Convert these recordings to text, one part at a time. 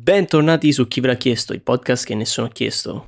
Bentornati su Chi ve l'ha chiesto, il podcast che nessuno ha chiesto.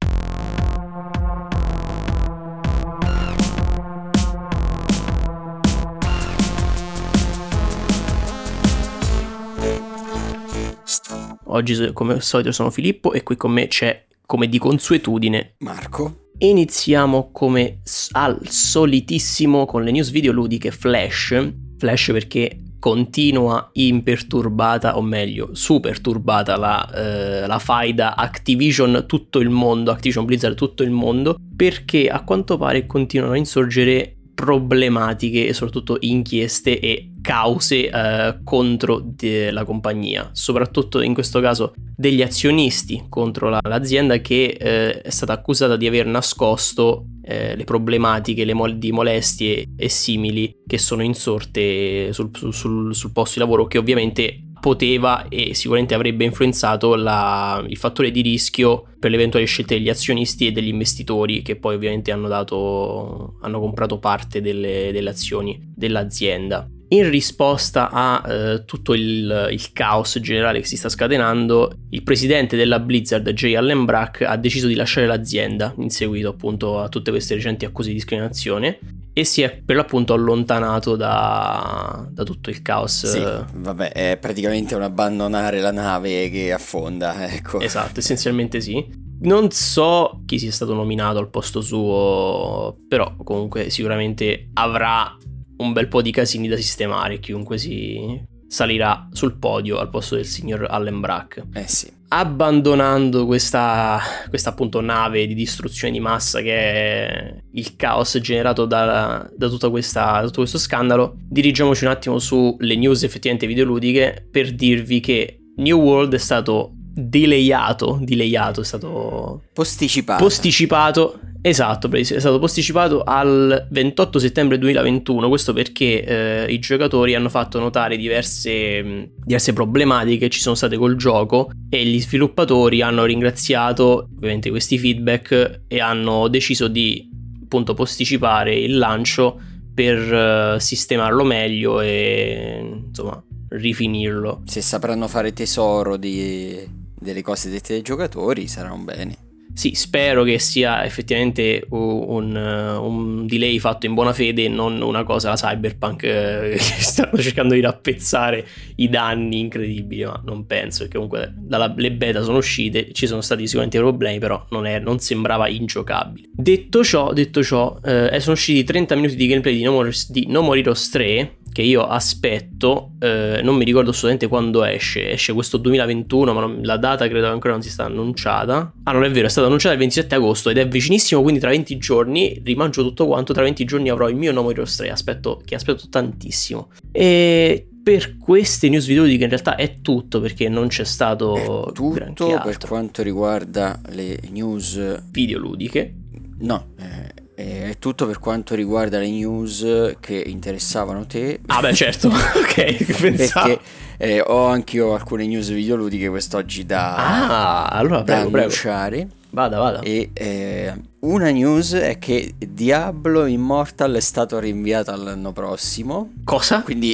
Oggi come al solito sono Filippo e qui con me c'è, come di consuetudine, Marco. Iniziamo come al solitissimo con le news videoludiche Flash perché continua imperturbata, o meglio super turbata la faida Activision Blizzard tutto il mondo, perché a quanto pare continuano a insorgere problematiche e soprattutto inchieste e cause contro la compagnia, soprattutto in questo caso degli azionisti contro l'azienda che è stata accusata di aver nascosto le problematiche, di molestie e simili che sono insorte sul posto di lavoro, che ovviamente poteva e sicuramente avrebbe influenzato il fattore di rischio per le eventuali scelte degli azionisti e degli investitori, che poi ovviamente hanno comprato parte delle azioni dell'azienda. In risposta a tutto il caos generale che si sta scatenando, il presidente della Blizzard, J. Allen Brack, ha deciso di lasciare l'azienda in seguito appunto a tutte queste recenti accuse di discriminazione e si è per l'appunto allontanato da tutto il caos. Sì, vabbè, è praticamente un abbandonare la nave che affonda, ecco. Esatto, essenzialmente sì. Non so chi sia stato nominato al posto suo, però comunque sicuramente avrà un bel po' di casini da sistemare chiunque si salirà sul podio al posto del signor Allen Brack. Sì. Abbandonando questa appunto nave di distruzione di massa che è il caos generato da tutto questo scandalo, dirigiamoci un attimo sulle news effettivamente videoludiche per dirvi che New World è stato è stato posticipato. Esatto, è stato posticipato al 28 settembre 2021, questo perché i giocatori hanno fatto notare diverse problematiche che ci sono state col gioco e gli sviluppatori hanno ringraziato ovviamente questi feedback e hanno deciso di appunto posticipare il lancio per sistemarlo meglio e insomma rifinirlo. Se sapranno fare tesoro delle cose dette dai giocatori sarà un bene. Sì, spero che sia effettivamente un delay fatto in buona fede e non una cosa la Cyberpunk che stanno cercando di rappezzare i danni incredibili, ma non penso, perché comunque le beta sono uscite, ci sono stati sicuramente problemi, però non sembrava ingiocabile. Detto ciò, sono usciti 30 minuti di gameplay di No More Heroes 3, che io aspetto, non mi ricordo assolutamente quando esce questo 2021, ma la data credo ancora non si sta annunciata. Ah, non è vero, è stata annunciata il 27 agosto ed è vicinissimo, quindi tra 20 giorni rimangio tutto quanto, tra 20 giorni avrò il mio No More Heroes 3, aspetto tantissimo. E per queste news videoludiche in realtà è tutto, perché non c'è stato tutto per quanto riguarda le news videoludiche. No, è tutto per quanto riguarda le news che interessavano te. Ah beh, certo. Ok, pensavo. Perché ho anch'io alcune news videoludiche quest'oggi allora da prego. annunciare. Vada. E una news è che Diablo Immortal è stato rinviato all'anno prossimo. Cosa? Quindi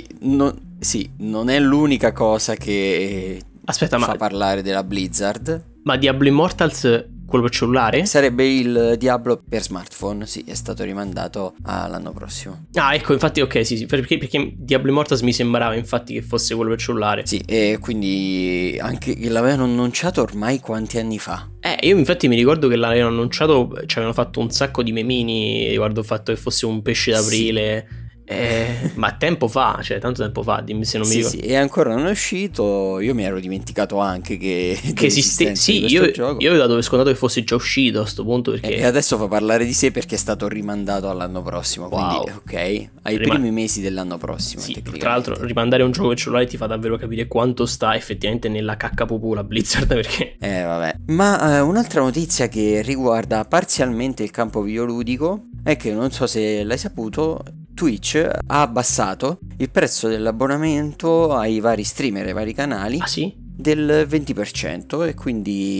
non è l'unica cosa che fa parlare della Blizzard. Ma Diablo Immortals, quello per cellulare? Sarebbe il Diablo per smartphone, sì, è stato rimandato all'anno prossimo. Ah, ecco, infatti, ok, sì, perché Diablo Immortals mi sembrava infatti che fosse quello per cellulare. Sì, e quindi anche l'avevano annunciato ormai quanti anni fa? Io infatti mi ricordo che l'avevano annunciato, ci avevano fatto un sacco di memini riguardo il fatto che fosse un pesce d'aprile. Sì. Ma tempo fa, cioè tanto tempo fa, dimmi se non mi ricordo. Sì, e ancora non è uscito. Io mi ero dimenticato anche che esiste. Sì, io avevo dato per scontato che fosse già uscito a sto punto, perché e adesso fa parlare di sé perché è stato rimandato all'anno prossimo. Wow. Quindi ok, ai primi mesi dell'anno prossimo. Sì, tra l'altro rimandare un gioco per cellulare ti fa davvero capire quanto sta effettivamente nella cacca la Blizzard, perché vabbè. Ma un'altra notizia che riguarda parzialmente il campo videoludico è che, non so se l'hai saputo, Twitch ha abbassato il prezzo dell'abbonamento ai vari streamer, ai vari canali, sì? del 20%, e quindi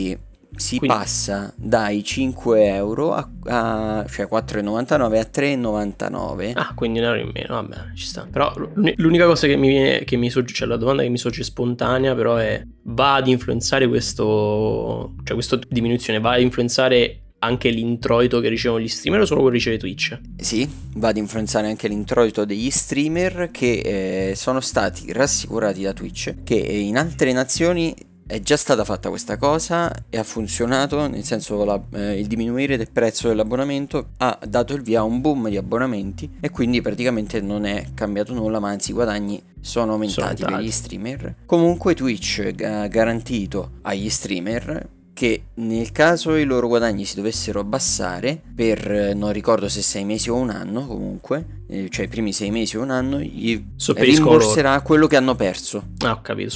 si Quindi- passa dai 5 euro cioè 4,99 a 3,99. Ah, quindi 1 euro in meno, vabbè, ci sta. Però l'unica cosa che mi viene, che mi sorge, cioè la domanda che mi sorge spontanea, però è: va ad influenzare cioè questa diminuzione, va ad influenzare anche l'introito che ricevono gli streamer o solo quello che riceve Twitch? Sì, va ad influenzare anche l'introito degli streamer che sono stati rassicurati da Twitch che in altre nazioni è già stata fatta questa cosa e ha funzionato, nel senso il diminuire del prezzo dell'abbonamento ha dato il via a un boom di abbonamenti e quindi praticamente non è cambiato nulla, ma anzi i guadagni sono aumentati per gli streamer. Comunque Twitch ha garantito agli streamer che nel caso i loro guadagni si dovessero abbassare per non ricordo se 6 mesi o un anno, comunque cioè i primi 6 mesi o un anno, gli rimborserà quello che hanno perso. Ah, ho capito,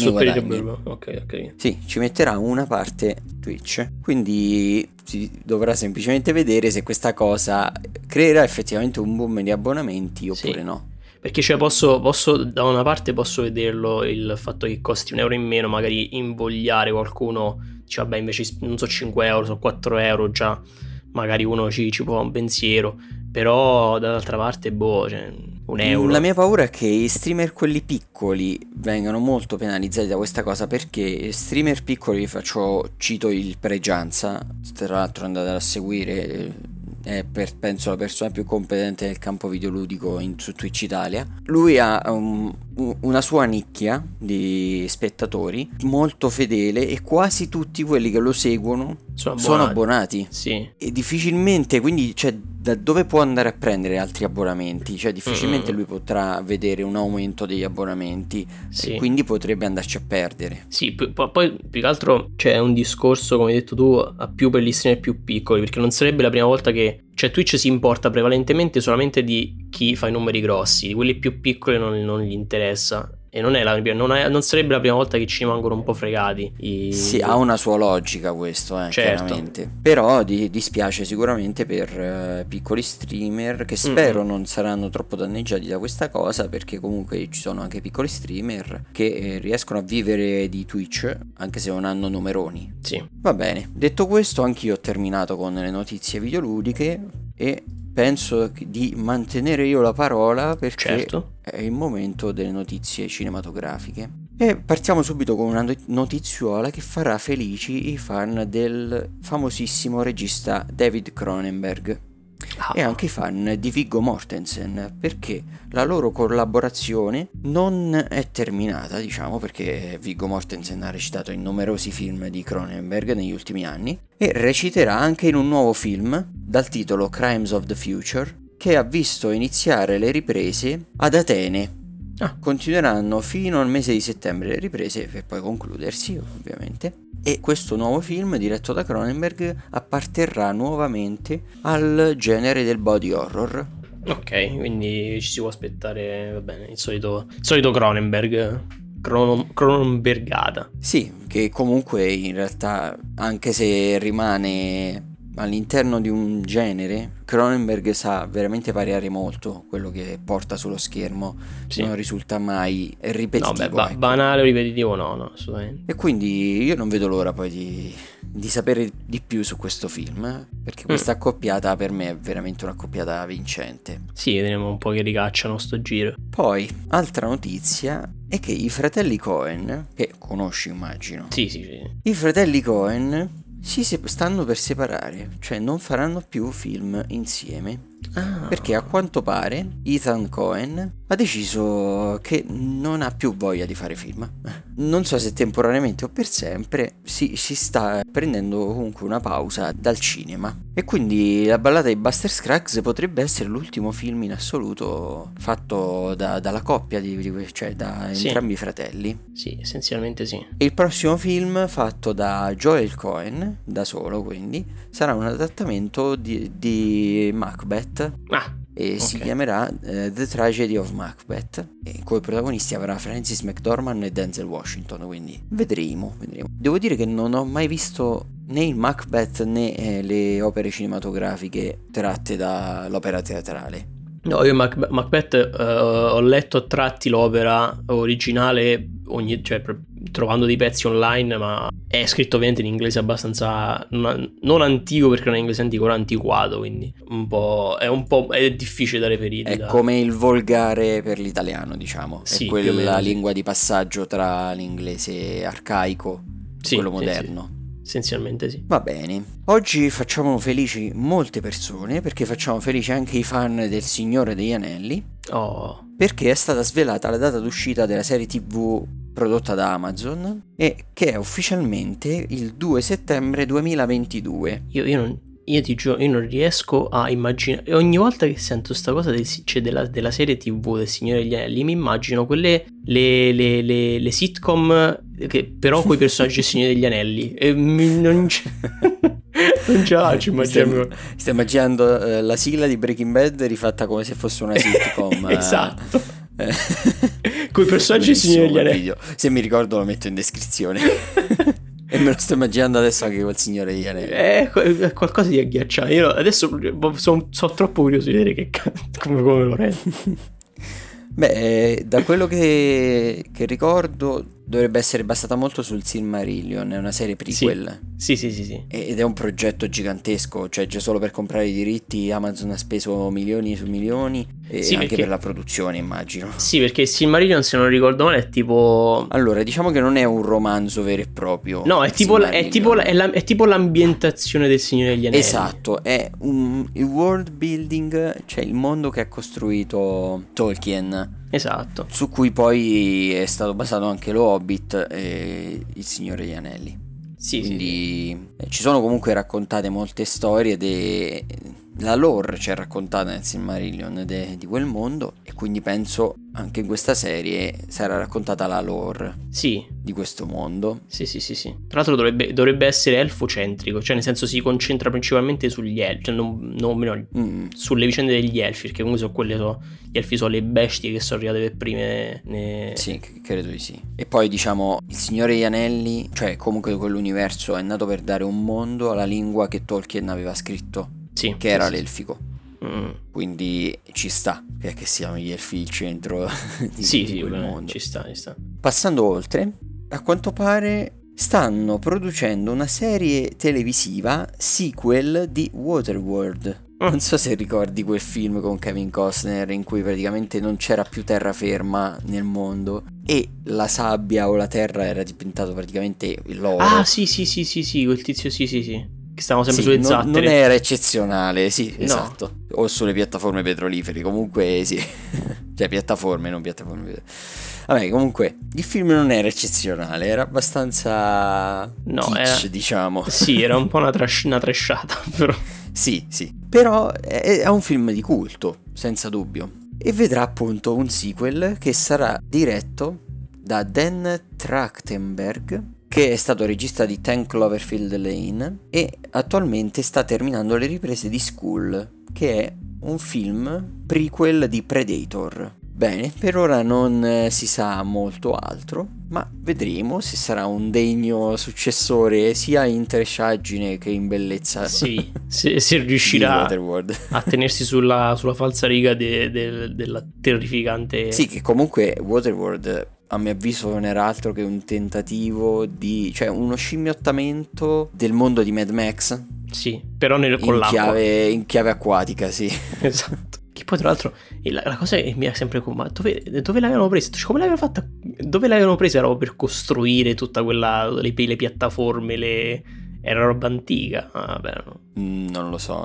ok. Sì, ci metterà una parte Twitch, quindi si dovrà semplicemente vedere se questa cosa creerà effettivamente un boom di abbonamenti oppure no. Perché cioè posso da una parte posso vederlo il fatto che costi 1 euro in meno, magari invogliare qualcuno, dice vabbè invece non so 5 euro, so 4 euro, già magari uno ci può fare un pensiero, però dall'altra parte cioè 1 euro. La mia paura è che i streamer quelli piccoli vengano molto penalizzati da questa cosa, perché streamer piccoli, cito il Pregianza, tra l'altro andate a seguire, è penso la persona più competente nel campo videoludico su Twitch Italia. Lui ha una sua nicchia di spettatori molto fedele e quasi tutti quelli che lo seguono sono abbonati. Sì. E difficilmente, quindi cioè, da dove può andare a prendere altri abbonamenti? Cioè difficilmente lui potrà vedere un aumento degli abbonamenti, e quindi potrebbe andarci a perdere. Sì, poi più che altro c'è un discorso, come hai detto tu, a più per gli streamer più piccoli, perché non sarebbe la prima volta che, cioè Twitch si importa prevalentemente solamente di chi fa i numeri grossi, di quelli più piccoli non gli interessa. E non sarebbe la prima volta che ci rimangono un po' fregati. Sì, ha una sua logica questo, certo. Chiaramente. Però dispiace sicuramente per piccoli streamer che spero non saranno troppo danneggiati da questa cosa, perché comunque ci sono anche piccoli streamer che riescono a vivere di Twitch anche se non hanno numeroni. Sì. Va bene, detto questo anch'io ho terminato con le notizie videoludiche e penso di mantenere io la parola perché è il momento delle notizie cinematografiche. E partiamo subito con una notiziola che farà felici i fan del famosissimo regista David Cronenberg e anche i fan di Viggo Mortensen, perché la loro collaborazione non è terminata, diciamo, perché Viggo Mortensen ha recitato in numerosi film di Cronenberg negli ultimi anni e reciterà anche in un nuovo film dal titolo Crimes of the Future, che ha visto iniziare le riprese ad Atene. Continueranno fino al mese di settembre le riprese per poi concludersi, ovviamente. E questo nuovo film, diretto da Cronenberg, apparterrà nuovamente al genere del body horror. Ok, quindi ci si può aspettare, va bene, il solito Cronenberg, Cronenbergata. Sì, che comunque in realtà, anche se rimane all'interno di un genere, Cronenberg sa veramente variare molto quello che porta sullo schermo, non risulta mai ripetitivo. No, banale o ripetitivo no, assolutamente. E quindi io non vedo l'ora poi di sapere di più su questo film, perché questa accoppiata per me è veramente un'accoppiata vincente. Sì, vedremo un po' che ricacciano sto giro. Poi, altra notizia è che i fratelli Coen, che conosci immagino. Sì. I fratelli Coen si stanno per separare, cioè non faranno più film insieme. Perché a quanto pare Ethan Coen ha deciso che non ha più voglia di fare film. Non so se temporaneamente o per sempre, si sta prendendo comunque una pausa dal cinema. E quindi La ballata di Buster Scruggs potrebbe essere l'ultimo film in assoluto fatto dalla coppia, cioè da entrambi i fratelli. Sì, essenzialmente sì. E il prossimo film, fatto da Joel Coen, da solo quindi, sarà un adattamento di Macbeth. E si chiamerà The Tragedy of Macbeth, e coi protagonisti avrà Francis McDormand e Denzel Washington, quindi vedremo. Devo dire che non ho mai visto né il Macbeth né le opere cinematografiche tratte dall'opera teatrale. No, io Macbeth ho letto a tratti l'opera originale, cioè trovando dei pezzi online, ma è scritto ovviamente in inglese abbastanza non antico, perché non è inglese antico, ma antiquato, quindi è difficile da reperire. È come il volgare per l'italiano, diciamo. Sì, è quella lingua di passaggio tra l'inglese arcaico e quello moderno. Sì. Essenzialmente sì. Va bene. Oggi facciamo felici molte persone, perché facciamo felici anche i fan del Signore degli Anelli. Oh. Perché è stata svelata la data d'uscita della serie TV prodotta da Amazon e che è ufficialmente il 2 settembre 2022. Io ti giuro, io non riesco a immaginare. Ogni volta che sento sta cosa della serie TV del Signore degli Anelli, mi immagino quelle le sitcom che però con i personaggi del Signore degli Anelli. E non ce la faccio immaginare. Stai immaginando la sigla di Breaking Bad rifatta come se fosse una sitcom. Esatto. Con i personaggi del Signore degli Anelli. Video. Se mi ricordo lo metto in descrizione. E me lo sto immaginando adesso anche col Signore degli Anelli. È qualcosa di agghiacciante. Io adesso sono troppo curioso di vedere come lo rende. Beh, da quello che ricordo dovrebbe essere basata molto sul Silmarillion, è una serie prequel. Sì. Ed è un progetto gigantesco, cioè già solo per comprare i diritti Amazon ha speso milioni su milioni e anche perché per la produzione, immagino. Sì, perché il Silmarillion, se non ricordo male, è tipo... Allora, diciamo che non è un romanzo vero e proprio. No, è tipo l'ambientazione del Signore degli Anelli. Esatto, è il world building, cioè il mondo che ha costruito Tolkien. Esatto. Su cui poi è stato basato anche lo Hobbit e il Signore degli Anelli. Quindi ci sono comunque raccontate molte storie, la lore c'è raccontata nel Silmarillion di quel mondo, e quindi penso anche in questa serie sarà raccontata la lore di questo mondo. Sì. Tra l'altro dovrebbe essere elfocentrico, cioè nel senso si concentra principalmente sugli elfi, cioè sulle vicende degli elfi, perché comunque gli elfi sono le bestie che sono arrivate per prime. Sì, credo di sì. E poi diciamo il Signore degli Anelli, cioè comunque quell'universo è nato per dare un mondo alla lingua che Tolkien aveva scritto, che era l'elfico. Quindi ci sta che siano gli elfi il centro di quel mondo. Ci sta. Passando oltre, a quanto pare stanno producendo una serie televisiva sequel di Waterworld. Non so se ricordi quel film con Kevin Costner in cui praticamente non c'era più terraferma nel mondo e la sabbia o la terra era diventato praticamente l'oro. Ah sì, quel tizio sì. Che stavamo sempre sulle zattere. Non era eccezionale, sì, esatto. O sulle piattaforme petrolifere, comunque sì. Cioè piattaforme, non piattaforme petrolifere. Vabbè, comunque il film non era eccezionale, era abbastanza kitsch, diciamo. Sì, era un po' una trashata, però. Sì. Però è un film di culto, senza dubbio. E vedrà appunto un sequel che sarà diretto da Dan Trachtenberg, che è stato regista di 10 Cloverfield Lane e attualmente sta terminando le riprese di School, che è un film prequel di Predator. Bene, per ora non si sa molto altro, ma vedremo se sarà un degno successore sia in trashaggine che in bellezza. Sì, se riuscirà a tenersi sulla falsariga della terrificante... Sì, che comunque Waterworld a mio avviso non era altro che un tentativo cioè uno scimmiottamento del mondo di Mad Max. Sì, però con l'acqua. In chiave acquatica, sì. Esatto. Che poi tra l'altro la cosa che mi ha sempre ma dove l'avevano presa? Cioè, come l'avevano fatta? Dove l'avevano presa per costruire tutta le piattaforme, era roba antica? Vabbè, no. Non lo so.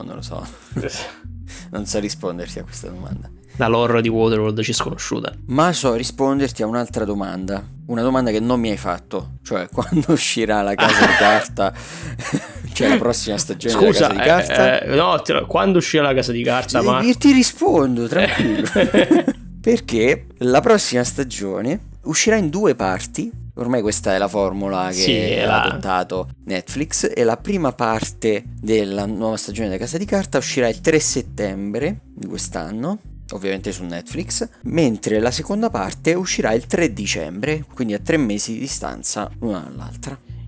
Non so risponderti a questa domanda. La lore di Waterworld ci è sconosciuta. Ma so risponderti a un'altra domanda. Una domanda che non mi hai fatto. Cioè, quando uscirà la Casa di Carta? Cioè, la prossima stagione della Casa di Carta? No, quando uscirà la Casa di Carta? Ti rispondo, tranquillo. Perché la prossima stagione uscirà in 2 parti. Ormai questa è la formula che ha adottato Netflix. E la prima parte della nuova stagione della Casa di Carta uscirà il 3 settembre di quest'anno, ovviamente su Netflix, mentre la seconda parte uscirà il 3 dicembre, quindi a 3 mesi di distanza l'una dall'altra.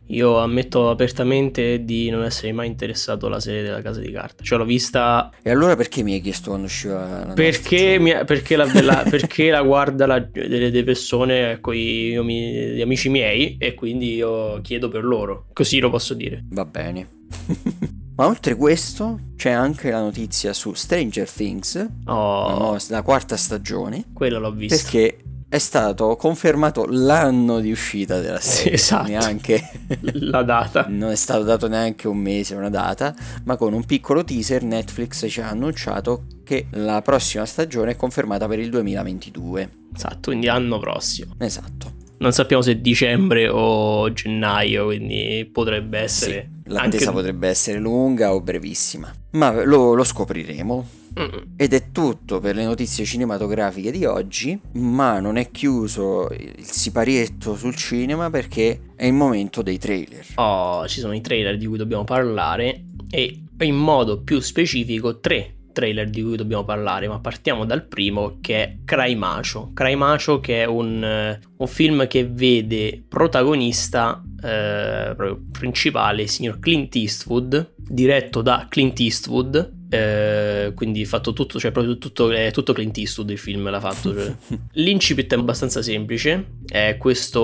Io ammetto apertamente di non essere mai interessato alla serie della Casa di Carta. Cioè l'ho vista... E allora perché mi hai chiesto quando usciva la perché la guarda delle persone, gli amici miei, e quindi io chiedo per loro. Così lo posso dire. Va bene. Ma oltre questo c'è anche la notizia su Stranger Things, la quarta stagione. Quello l'ho visto. Perché è stato confermato l'anno di uscita della serie, esatto. Neanche la data. Non è stato dato neanche un mese, una data, ma con un piccolo teaser Netflix ci ha annunciato che la prossima stagione è confermata per il 2022. Esatto, quindi l'anno prossimo. Esatto. Non sappiamo se dicembre o gennaio, quindi potrebbe essere... Sì, l'attesa potrebbe essere lunga o brevissima, ma lo scopriremo. Ed è tutto per le notizie cinematografiche di oggi, ma non è chiuso il siparietto sul cinema perché è il momento dei trailer. Ci sono i trailer di cui dobbiamo parlare, e in modo più specifico 3 trailer di cui dobbiamo parlare, ma partiamo dal primo, che è Cry Macho, che è un film che vede protagonista proprio principale il signor Clint Eastwood, diretto da Clint Eastwood, quindi fatto tutto, cioè proprio tutto Clint Eastwood il film l'ha fatto, cioè. L'incipit è abbastanza semplice, è questa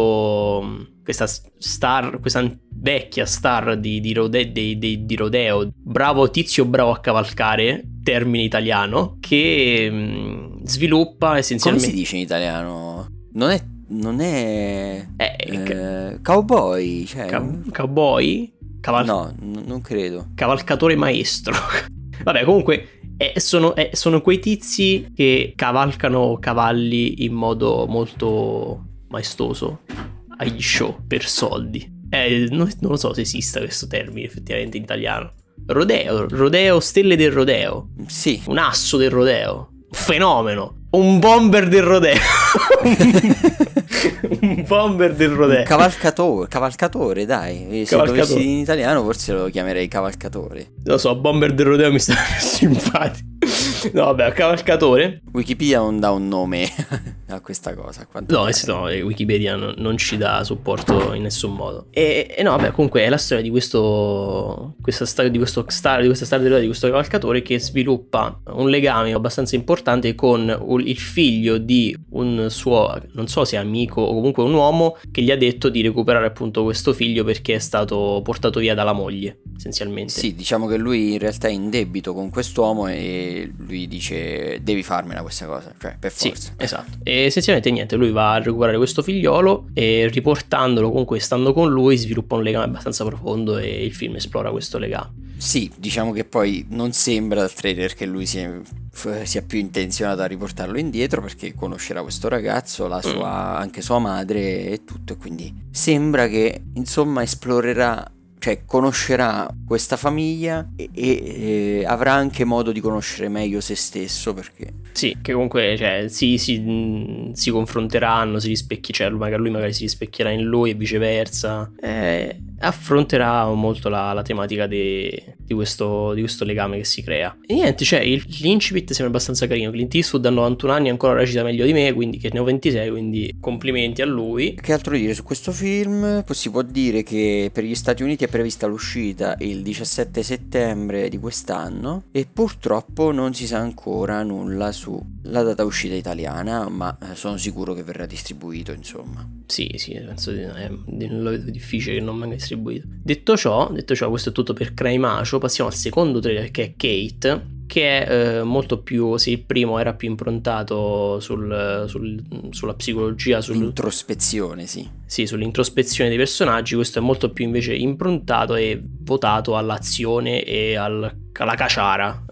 vecchia star di rodeo, bravo tizio bravo a cavalcare, termine italiano, che sviluppa essenzialmente... Come si dice in italiano? Non è cowboy, cioè... Cowboy? No, non credo. Cavalcatore maestro. Vabbè, comunque sono quei tizi che cavalcano cavalli in modo molto maestoso agli show per soldi. Non lo so se esista questo termine effettivamente in italiano. Rodeo, stelle del rodeo. Sì. Un asso del rodeo. Un fenomeno. Un bomber del rodeo. Un bomber del rodeo. Un cavalcatore, dai. Se dovessi in italiano forse lo chiamerei cavalcatore. Lo so, bomber del rodeo mi sta simpatico. No, vabbè, cavalcatore. Wikipedia non dà un nome a questa cosa. No, Wikipedia non ci dà supporto in nessun modo. E no, vabbè, comunque è la storia di questa star di questo cavalcatore che sviluppa un legame abbastanza importante con il figlio di un suo, non so se amico o comunque un uomo, che gli ha detto di recuperare appunto questo figlio perché è stato portato via dalla moglie, essenzialmente. Sì, diciamo che lui in realtà è in debito con quest'uomo e lui dice devi farmela questa cosa, cioè per forza. Sì, esatto. E essenzialmente niente, lui va a recuperare questo figliolo e riportandolo, comunque stando con lui, sviluppa un legame abbastanza profondo e il film esplora questo legame. Sì, diciamo che poi non sembra dal trailer che lui sia più intenzionato a riportarlo indietro, perché conoscerà questo ragazzo, anche sua madre e tutto, e quindi sembra che insomma esplorerà, cioè conoscerà questa famiglia e avrà anche modo di conoscere meglio se stesso, perché sì, che comunque cioè, si confronteranno, si rispecchia, cioè lui magari si rispecchierà in lui e viceversa, affronterà molto la tematica di questo legame che si crea. E niente, cioè l'incipit sembra abbastanza carino. Clint Eastwood a 91 anni ancora recita meglio di me, quindi che ne ho 26, quindi complimenti a lui. Che altro dire su questo film? Si può dire che per gli Stati Uniti è prevista l'uscita il 17 settembre di quest'anno e purtroppo non si sa ancora nulla sulla data uscita italiana, ma sono sicuro che verrà distribuito, insomma. Sì, penso è difficile che non venga distribuito. Detto ciò, questo è tutto per Cry Macho. Passiamo al secondo trailer, che è Kate, che è molto più, se il primo era più improntato sulla psicologia, sull'introspezione, sì, sull'introspezione dei personaggi, questo è molto più invece improntato e votato all'azione e alla caciara,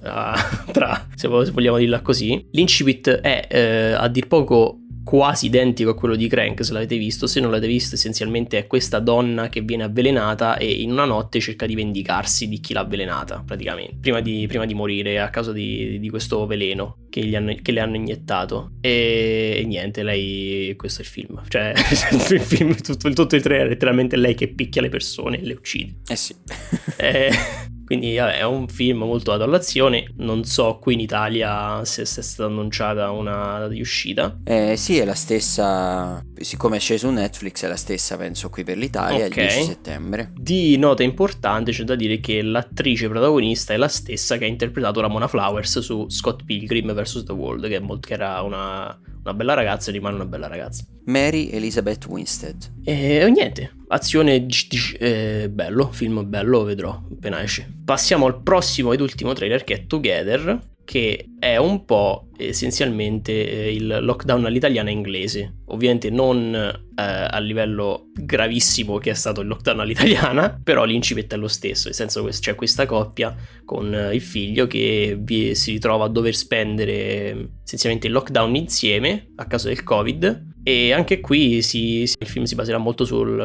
se vogliamo dirla così. L'incipit è a dir poco quasi identico a quello di Crank, se l'avete visto. Se non l'avete visto, essenzialmente è questa donna che viene avvelenata e in una notte cerca di vendicarsi di chi l'ha avvelenata, praticamente prima di morire a causa di questo veleno che le hanno iniettato. E niente, lei, questo è il film, cioè il film, tutto il trailer è letteralmente lei che picchia le persone e le uccide. Sì. Quindi vabbè, è un film molto dato all'azione. Non so qui in Italia se è stata annunciata una data di uscita. Sì, è la stessa, siccome esce su Netflix è la stessa penso qui per l'Italia, il 10 settembre. Di nota importante c'è da dire che l'attrice protagonista è la stessa che ha interpretato Ramona Flowers su Scott Pilgrim vs. The World, che era una bella ragazza e rimane una bella ragazza. Mary Elizabeth Winstead. E niente, azione bello, film bello, vedrò appena esce. Passiamo al prossimo ed ultimo trailer, che è Together, che è un po' essenzialmente il lockdown all'italiana inglese. Ovviamente non a livello gravissimo che è stato il lockdown all'italiana, però l'incipit è lo stesso, nel senso che c'è questa coppia con il figlio che si ritrova a dover spendere essenzialmente il lockdown insieme a causa del Covid. E anche qui il film si baserà molto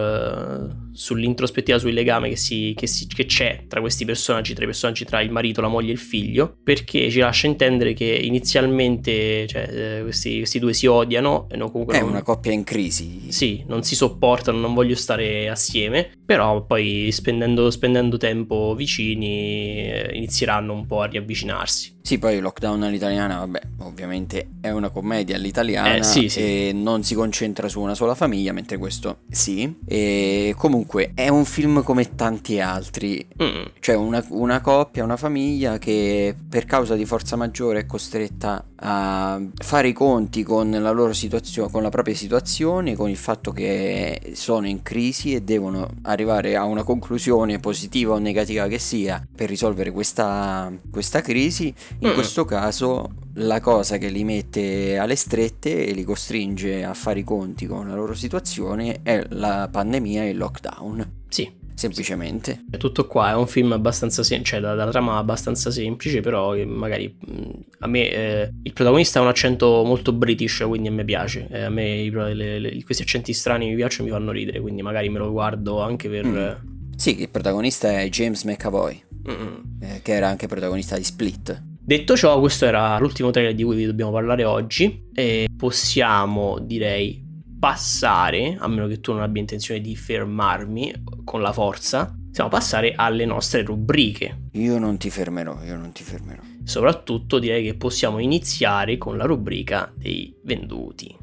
sull'introspettiva, sul legame che c'è tra questi personaggi, tra il marito, la moglie e il figlio, perché ci lascia intendere che inizialmente questi due si odiano e comunque una coppia in crisi. Sì, non si sopportano, non vogliono stare assieme, però poi spendendo tempo vicini inizieranno un po' a riavvicinarsi. Sì, poi il lockdown all'italiana, vabbè, ovviamente è una commedia all'italiana sì. E non si concentra su una sola famiglia, mentre questo sì. E comunque è un film come tanti altri, cioè una coppia, una famiglia che per causa di forza maggiore è costretta a fare i conti con la loro situazione, con la propria situazione, con il fatto che sono in crisi e devono arrivare a una conclusione positiva o negativa che sia per risolvere questa crisi. In questo caso la cosa che li mette alle strette e li costringe a fare i conti con la loro situazione è la pandemia e il lockdown. Sì. Semplicemente. Tutto qua, è un film abbastanza semplice, cioè la trama abbastanza semplice, però magari a me il protagonista ha un accento molto british, quindi a me piace. A me questi accenti strani mi piacciono, mi fanno ridere, quindi magari me lo guardo anche per... Sì, il protagonista è James McAvoy, che era anche protagonista di Split. Detto ciò, questo era l'ultimo trailer di cui vi dobbiamo parlare oggi e possiamo, direi, passare, a meno che tu non abbia intenzione di fermarmi con la forza, possiamo passare alle nostre rubriche. Io non ti fermerò. Soprattutto direi che possiamo iniziare con la rubrica dei venduti.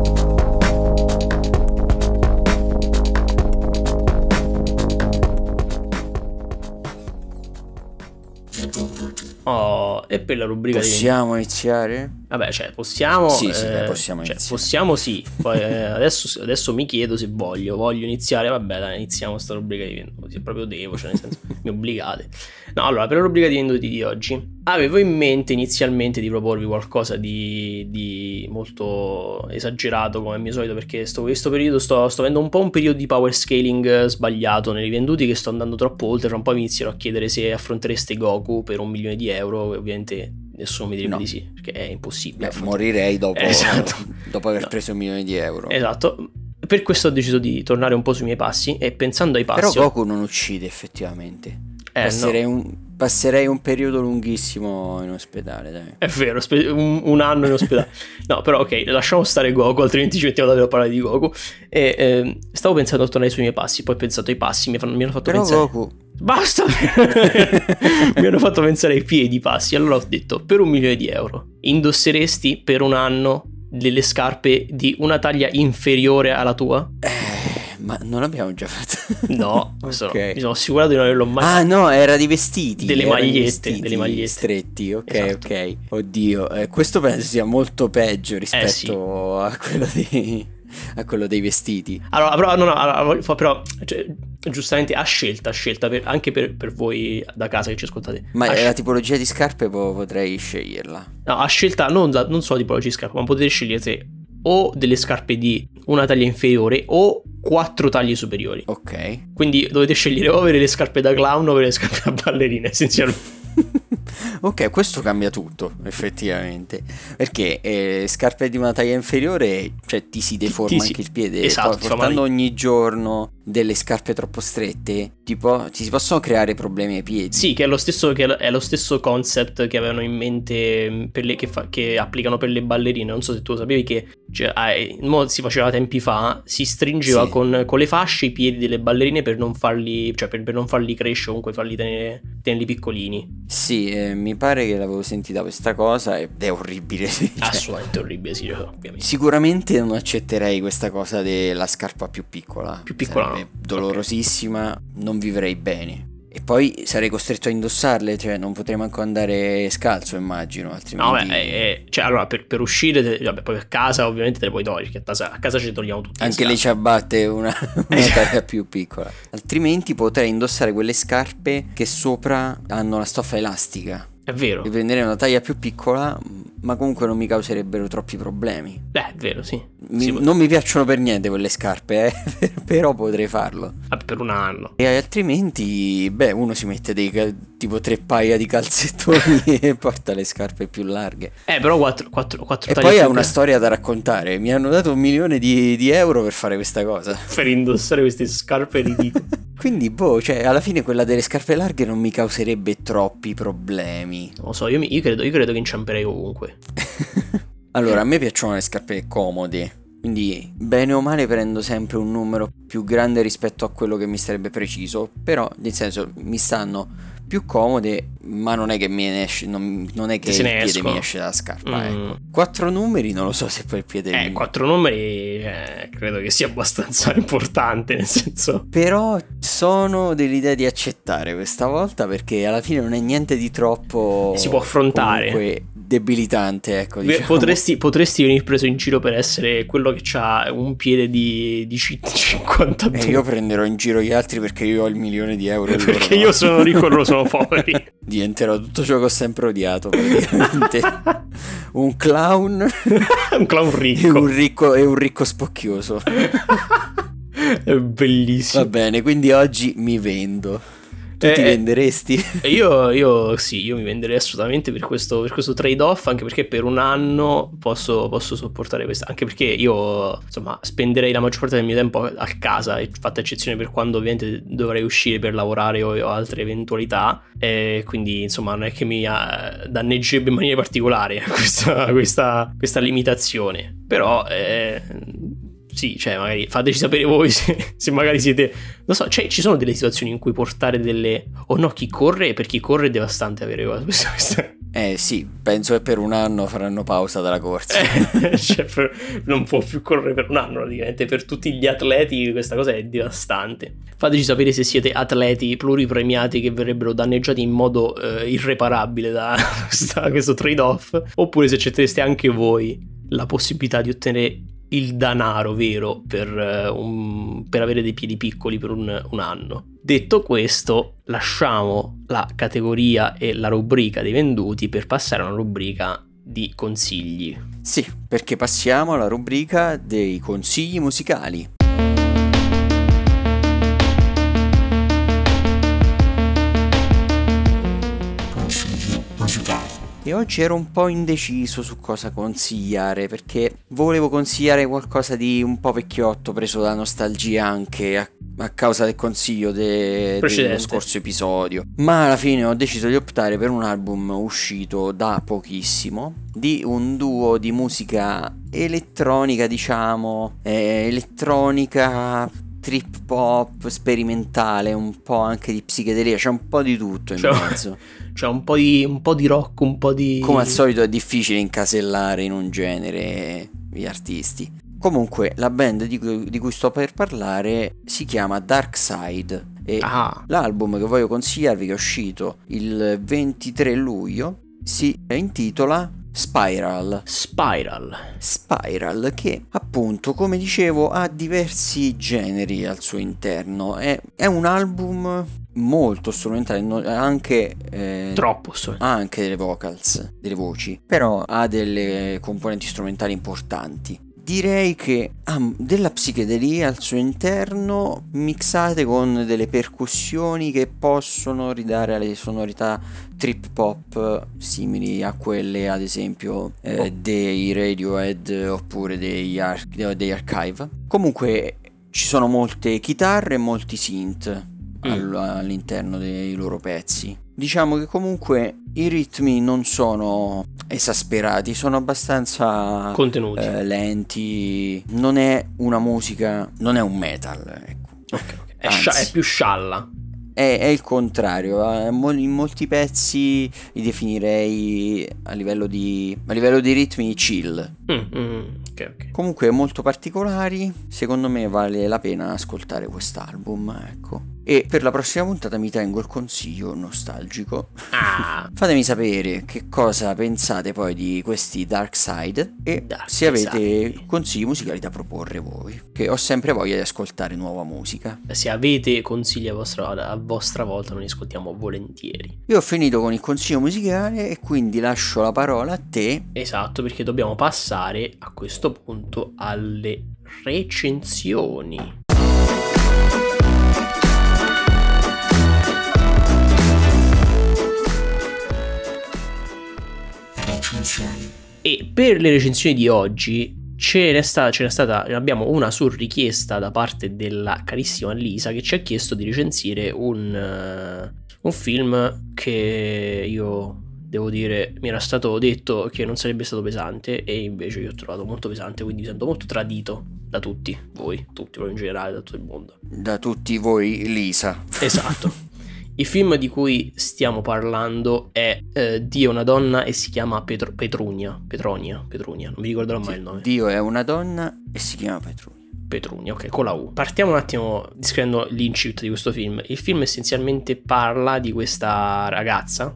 E per la rubrica possiamo iniziare? Vabbè, cioè possiamo. Sì, dai, possiamo iniziare. Possiamo, sì. Poi adesso mi chiedo se voglio iniziare. Vabbè, dai, iniziamo sta rubrica di venduti. Se proprio devo, cioè nel senso mi obbligate. No, allora, per la rubrica di venduti di oggi avevo in mente inizialmente di proporvi qualcosa di molto esagerato come al mio solito, perché questo periodo sto avendo un po' un periodo di power scaling sbagliato nei venduti, che sto andando troppo oltre. Tra un po' mi inizierò a chiedere se affrontereste Goku per 1 milione di euro. Ovviamente nessuno mi direbbe di sì, perché è impossibile. Morirei dopo aver preso 1 milione di euro. Esatto. Per questo ho deciso di tornare un po' sui miei passi, e pensando ai passi... Però Goku non uccide effettivamente. Passerei un periodo lunghissimo in ospedale, dai. È vero, un anno in ospedale. No, però ok, lasciamo stare Goku, altrimenti ci mettiamo davvero a parlare di Goku. E stavo pensando a tornare sui miei passi, poi ho pensato ai passi, mi hanno fatto però pensare... Goku... Basta! Mi hanno fatto pensare ai piedi passi. Allora ho detto, per 1 milione di euro indosseresti per un anno delle scarpe di una taglia inferiore alla tua? Ma non l'abbiamo già fatto? No, questo okay. No. Mi sono assicurato di non averlo mai fatto. Ah no, era di vestiti. Delle magliette stretti, ok, esatto. Ok. Oddio, questo penso sia molto peggio rispetto a quello dei vestiti. Allora, però cioè, giustamente a scelta anche per voi da casa che ci ascoltate. Ma la tipologia di scarpe potrei sceglierla. No, a scelta non so la tipologia di scarpe, ma potete scegliere se o delle scarpe di una taglia inferiore o 4 taglie superiori. Ok. Quindi dovete scegliere o avere le scarpe da clown o avere le scarpe da ballerina, essenzialmente. Ok, questo cambia tutto effettivamente, perché scarpe di una taglia inferiore, cioè ti si deforma anche il piede. Esatto, portando ogni giorno delle scarpe troppo strette, tipo ti si possono creare problemi ai piedi. Sì, che è lo stesso concept che avevano in mente che applicano per le ballerine. Non so se tu lo sapevi che si faceva tempi fa, si stringeva con le fasce i piedi delle ballerine per non farli, cioè per non farli crescere, comunque farli tenerli piccolini. Sì, mi pare che l'avevo sentita questa cosa ed è orribile. Sì, assolutamente orribile, sì, ovviamente. Sicuramente non accetterei questa cosa della scarpa più piccola. Sarebbe dolorosissima, non vivrei bene. E poi sarei costretto a indossarle, cioè non potrei manco andare scalzo, immagino, altrimenti... No, cioè allora per uscire, vabbè, poi a casa ovviamente te le puoi togliere, perché a casa ce le togliamo tutti. Anche le ciabatte una taglia più piccola. Altrimenti potrei indossare quelle scarpe che sopra hanno la stoffa elastica. È vero. E prenderei una taglia più piccola, ma comunque non mi causerebbero troppi problemi. È vero, sì. Non mi piacciono per niente quelle scarpe, però potrei farlo. Per un anno. E altrimenti, uno si mette tipo 3 paia di calzettoni e porta le scarpe più larghe. Però 4 e poi ha una storia da raccontare. Mi hanno dato 1 milione di euro per fare questa cosa. Per indossare queste scarpe ridicole. Quindi, cioè, alla fine quella delle scarpe larghe non mi causerebbe troppi problemi. Non lo so, io credo che inciamperei ovunque. Allora, a me piacciono le scarpe comode. Quindi, bene o male, prendo sempre un numero più grande rispetto a quello che mi sarebbe preciso. Però, nel senso, mi stanno più comode, ma non è che mi esce, non è che il piede mi esce dalla scarpa. Ecco. 4 numeri, non lo so se poi il piede 4 numeri credo che sia abbastanza importante, nel senso. Però sono dell'idea di accettare questa volta, perché alla fine non è niente di troppo, si può affrontare, comunque debilitante, ecco, diciamo. Potresti venire preso in giro per essere quello che ha un piede di 52. E io prenderò in giro gli altri perché io ho il 1 milione di euro. Perché io sono ricco e loro sono poveri. Diventerò tutto ciò che ho sempre odiato, praticamente. Un clown. Un clown ricco. E un ricco spocchioso. È bellissimo. Va bene, quindi oggi mi vendo. Tu ti venderesti? Io mi venderei assolutamente per questo trade-off, anche perché per un anno posso sopportare questo, anche perché io, insomma, spenderei la maggior parte del mio tempo a casa, fatta eccezione per quando ovviamente dovrei uscire per lavorare o altre eventualità, e quindi, insomma, non è che mi danneggerebbe in maniera particolare questa limitazione, però sì, cioè magari fateci sapere voi se magari siete, non so, cioè ci sono delle situazioni in cui portare delle, chi corre, per chi corre è devastante avere questa. Sì, penso che per un anno faranno pausa dalla corsa. Cioè, non può più correre per un anno praticamente. Per tutti gli atleti questa cosa è devastante. Fateci sapere se siete atleti pluripremiati che verrebbero danneggiati in modo irreparabile da questo trade-off, oppure se accettereste anche voi la possibilità di ottenere il denaro vero per avere dei piedi piccoli per un anno. Detto questo, lasciamo la categoria e la rubrica dei venduti per passare a una rubrica di consigli. Sì, perché passiamo alla rubrica dei consigli musicali. E oggi ero un po' indeciso su cosa consigliare, perché volevo consigliare qualcosa di un po' vecchiotto, preso da nostalgia anche a causa del consiglio dello scorso episodio. Ma alla fine ho deciso di optare per un album uscito da pochissimo, di un duo di musica elettronica, diciamo, elettronica, trip pop, sperimentale, un po' anche di psichedelia, c'è un po' di tutto in mezzo. C'è un po' di rock, un po' di... Come al solito è difficile incasellare in un genere gli artisti. Comunque la band di cui sto per parlare si chiama Dark Side e l'album che voglio consigliarvi, che è uscito il 23 luglio, si intitola Spiral, che appunto, come dicevo, ha diversi generi al suo interno. È un album molto strumentale, anche troppo strumentale. Ha anche delle vocals, delle voci, però ha delle componenti strumentali importanti. Direi che ha della psichedelia al suo interno, mixate con delle percussioni che possono ridare alle sonorità trip pop simili a quelle, ad esempio, dei Radiohead oppure degli Archive. Comunque ci sono molte chitarre e molti synth all'interno dei loro pezzi. Diciamo che comunque i ritmi non sono esasperati, sono abbastanza contenuti, lenti. Non è una musica, non è un metal, ecco. Okay. È più scialla. È il contrario, in molti pezzi li definirei a livello di ritmi chill. Okay. Comunque molto particolari, secondo me vale la pena ascoltare quest'album, ecco. E per la prossima puntata mi tengo il consiglio nostalgico. Fatemi sapere che cosa pensate poi di questi Dark Side e se avete consigli musicali da proporre voi, che ho sempre voglia di ascoltare nuova musica. Se avete consigli a vostra volta, noi li ascoltiamo volentieri. Io ho finito con il consiglio musicale e quindi lascio la parola a te. Esatto, perché dobbiamo passare a questo punto alle recensioni. E per le recensioni di oggi abbiamo una su richiesta da parte della carissima Lisa, che ci ha chiesto di recensire un film che io devo dire mi era stato detto che non sarebbe stato pesante, e invece io ho trovato molto pesante, quindi mi sento molto tradito da tutti voi, proprio in generale, da tutto il mondo. Da tutti voi, Lisa. Esatto. Il film di cui stiamo parlando è Dio è una donna e si chiama Petronia, non mi ricorderò mai il nome. Dio è una donna e si chiama Petrunia, ok, con la U. Partiamo un attimo descrivendo l'incipit di questo film. Il film essenzialmente parla di questa ragazza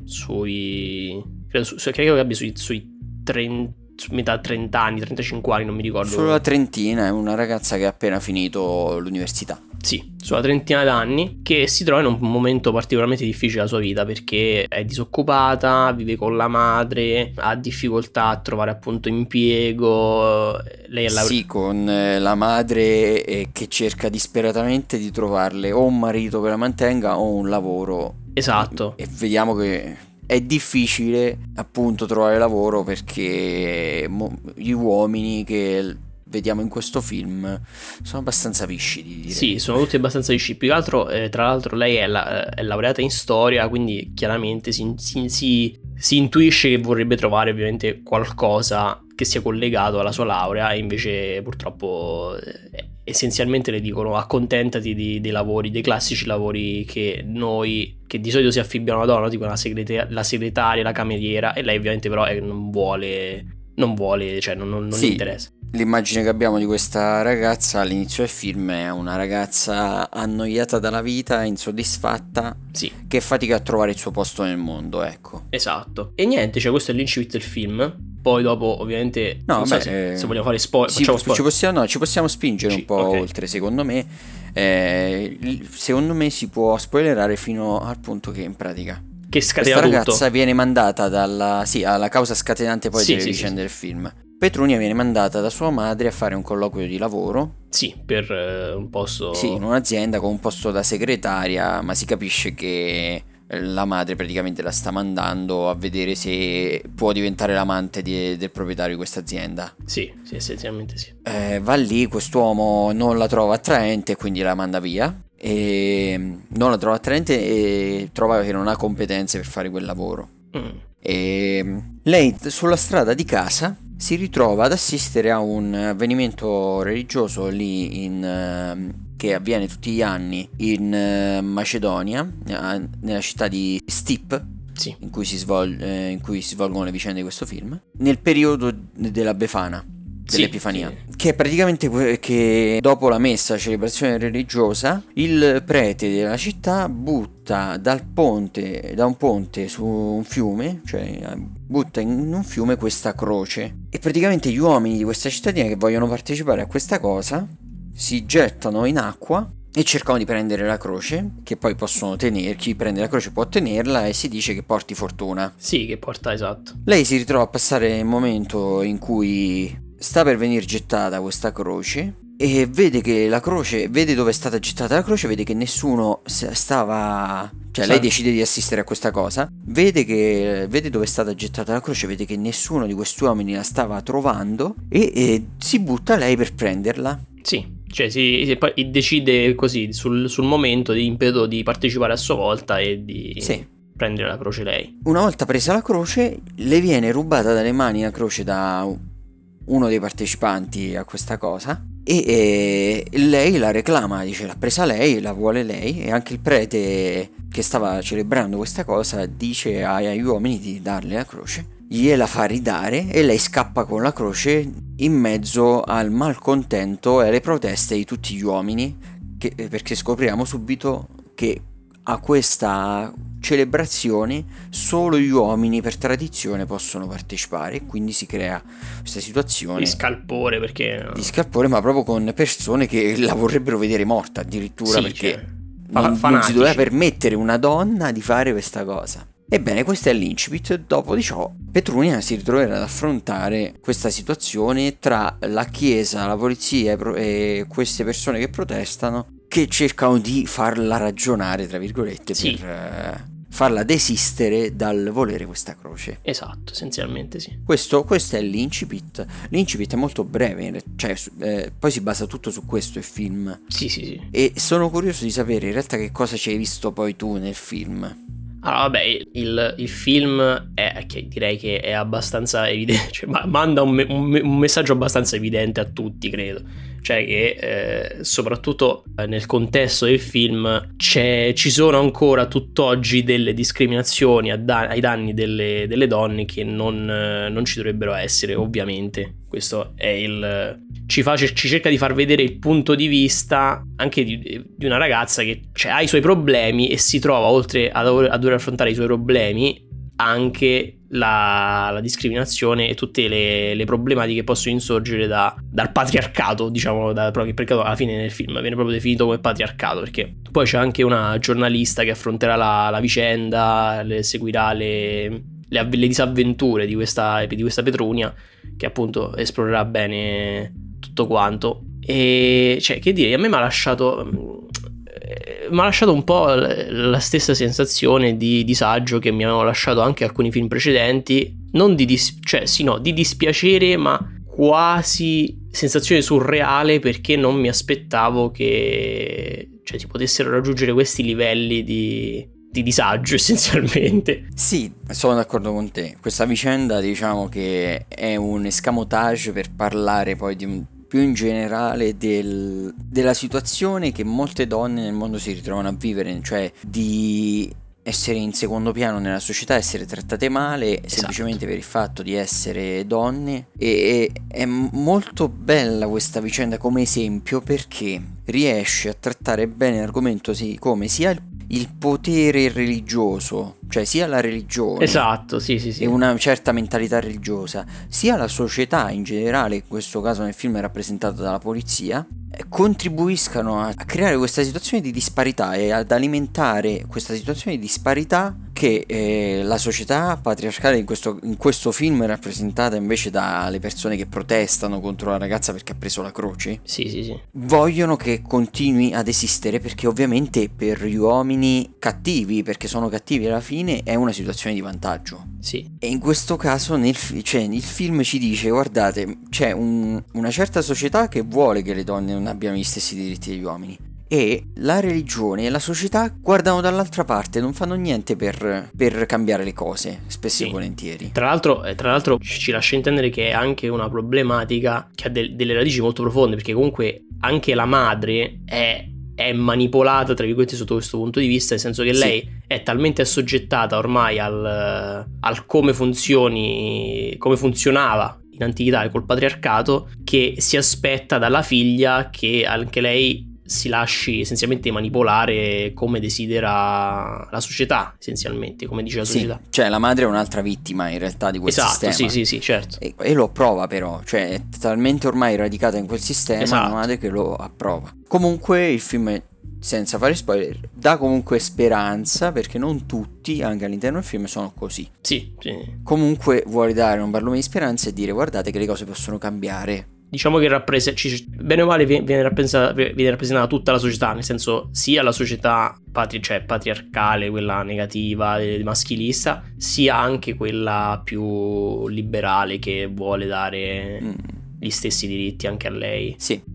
credo che abbia sui 30, metà 30 anni, 35 anni, non mi ricordo. Sulla trentina, è una ragazza che ha appena finito l'università. Sì, sulla trentina d'anni, che si trova in un momento particolarmente difficile della sua vita, perché è disoccupata, vive con la madre, ha difficoltà a trovare appunto impiego. Lei è sì, con la madre che cerca disperatamente di trovarle o un marito che la mantenga o un lavoro. Esatto. E vediamo che è difficile appunto trovare lavoro, perché gli uomini che vediamo in questo film sono abbastanza viscidi, direi. Sì, sono tutti abbastanza viscidi. Più che altro, tra l'altro, lei è laureata in storia, quindi chiaramente si intuisce che vorrebbe trovare ovviamente qualcosa che sia collegato alla sua laurea, e invece purtroppo essenzialmente le dicono: accontentati dei lavori, dei classici lavori che di solito si affibbiano alla donna, tipo la segretaria, la cameriera, e lei ovviamente però non vuole, cioè non sì. Gli interessa. L'immagine che abbiamo di questa ragazza all'inizio del film è una ragazza annoiata dalla vita, insoddisfatta, sì, che fatica a trovare il suo posto nel mondo, ecco. Esatto. E niente, cioè questo è l'incipit del film. Poi dopo ovviamente no, se vogliamo fare spoiler, facciamo spoiler. Ci possiamo spingere un po' oltre, secondo me. Secondo me si può spoilerare fino al punto che in pratica che scatena questa ragazza viene mandata alla causa scatenante poi delle vicende del film. Petrunia viene mandata da sua madre a fare un colloquio di lavoro. Sì, per un posto. Sì, in un'azienda con un posto da segretaria, ma si capisce che la madre praticamente la sta mandando a vedere se può diventare l'amante del proprietario di questa azienda. Sì, essenzialmente sì. Va lì, quest'uomo non la trova attraente, quindi la manda via. E non la trova attraente e trova che non ha competenze per fare quel lavoro. E lei sulla strada di casa si ritrova ad assistere a un avvenimento religioso lì che avviene tutti gli anni in Macedonia, nella città di Stip, sì, in cui si svolgono le vicende di questo film, nel periodo della Befana, dell'Epifania, sì. Che è praticamente che dopo la messa, celebrazione religiosa, il prete della città butta da un ponte su un fiume, cioè butta in un fiume questa croce, e praticamente gli uomini di questa cittadina che vogliono partecipare a questa cosa si gettano in acqua e cercano di prendere la croce, che poi possono tenere. Chi prende la croce può tenerla e si dice che porti fortuna. Sì, che porta, esatto. Lei si ritrova a passare il momento in cui sta per venire gettata questa croce e vede che la croce, vede dove è stata gettata la croce, vede che nessuno stava, cioè lei decide di assistere a questa cosa, vede dove è stata gettata la croce, vede che nessuno di questi uomini la stava trovando e si butta lei per prenderla. Sì, Cioè poi decide così sul momento di impeto di partecipare a sua volta e di prendere la croce lei. Una volta presa la croce, le viene rubata dalle mani la croce da uno dei partecipanti a questa cosa e lei la reclama, dice l'ha presa lei, la vuole lei, e anche il prete che stava celebrando questa cosa dice agli uomini di darle la croce, gliela fa ridare e lei scappa con la croce in mezzo al malcontento e alle proteste di tutti gli uomini, perché scopriamo subito che a questa celebrazione solo gli uomini per tradizione possono partecipare, e quindi si crea questa situazione di scalpore, ma proprio con persone che la vorrebbero vedere morta addirittura, perché non si doveva permettere una donna di fare questa cosa. Ebbene, questo è l'incipit. Dopo di ciò Petrunia si ritroverà ad affrontare questa situazione tra la chiesa, la polizia e queste persone che protestano, che cercano di farla ragionare, tra virgolette, per farla desistere dal volere questa croce. Esatto, essenzialmente sì. Questo è l'incipit. L'incipit è molto breve, cioè poi si basa tutto su questo il film. Sì. E sono curioso di sapere in realtà che cosa ci hai visto poi tu nel film. Allora, vabbè, il film che direi che è abbastanza evidente, cioè, manda un messaggio abbastanza evidente a tutti, credo. Cioè che soprattutto nel contesto del film ci sono ancora tutt'oggi delle discriminazioni ai danni delle donne che non ci dovrebbero essere, ovviamente. Questo è ci cerca di far vedere il punto di vista anche di una ragazza che ha i suoi problemi e si trova, oltre a dover affrontare i suoi problemi, anche la discriminazione e tutte le problematiche che possono insorgere dal patriarcato, diciamo, perché alla fine nel film viene proprio definito come patriarcato, perché poi c'è anche una giornalista che affronterà la vicenda, seguirà le disavventure di questa Petrunia, che appunto esplorerà bene tutto quanto. E cioè, che dire, a me mi ha lasciato un po' la stessa sensazione di disagio che mi avevano lasciato anche alcuni film precedenti, non di dispiacere, ma quasi sensazione surreale, perché non mi aspettavo che si potessero raggiungere questi livelli di disagio, essenzialmente. Sì, sono d'accordo con te. Questa vicenda, diciamo che è un escamotage per parlare poi più in generale della situazione che molte donne nel mondo si ritrovano a vivere, cioè di essere in secondo piano nella società, essere trattate male, esatto, semplicemente per il fatto di essere donne. E è molto bella questa vicenda come esempio, perché riesce a trattare bene l'argomento come sia il potere religioso, cioè sia la religione, esatto, sì, e una certa mentalità religiosa, sia la società in generale, in questo caso nel film è rappresentata dalla polizia, contribuiscano a creare questa situazione di disparità e ad alimentare questa situazione di disparità che la società patriarcale in questo film è rappresentata invece dalle persone che protestano contro la ragazza perché ha preso la croce. Sì. Vogliono che continui ad esistere, perché ovviamente per gli uomini cattivi, perché sono cattivi alla fine, è una situazione di vantaggio. Sì. E in questo caso il film ci dice: guardate, c'è una certa società che vuole che le donne non abbiano gli stessi diritti degli uomini, e la religione e la società guardano dall'altra parte, non fanno niente per cambiare le cose, spesso e volentieri. Tra l'altro ci lascia intendere che è anche una problematica che ha delle radici molto profonde, perché comunque anche la madre è manipolata, tra virgolette, sotto questo punto di vista, nel senso che lei è talmente assoggettata ormai al come funzionava in antichità col patriarcato, che si aspetta dalla figlia che anche lei si lasci essenzialmente manipolare come desidera la società, essenzialmente, come dice la società. Cioè la madre è un'altra vittima in realtà di quel sistema. Sì, certo. E lo approva, però, cioè è talmente ormai radicata in quel sistema, la madre, che lo approva. Comunque il film, senza fare spoiler, dà comunque speranza, perché non tutti, anche all'interno del film, sono così. Sì. Comunque vuole dare un barlume di speranza e dire: guardate che le cose possono cambiare. Diciamo che bene o male viene rappresentata tutta la società, nel senso sia la società patriarcale, quella negativa, maschilista, sia anche quella più liberale che vuole dare gli stessi diritti anche a lei. Sì.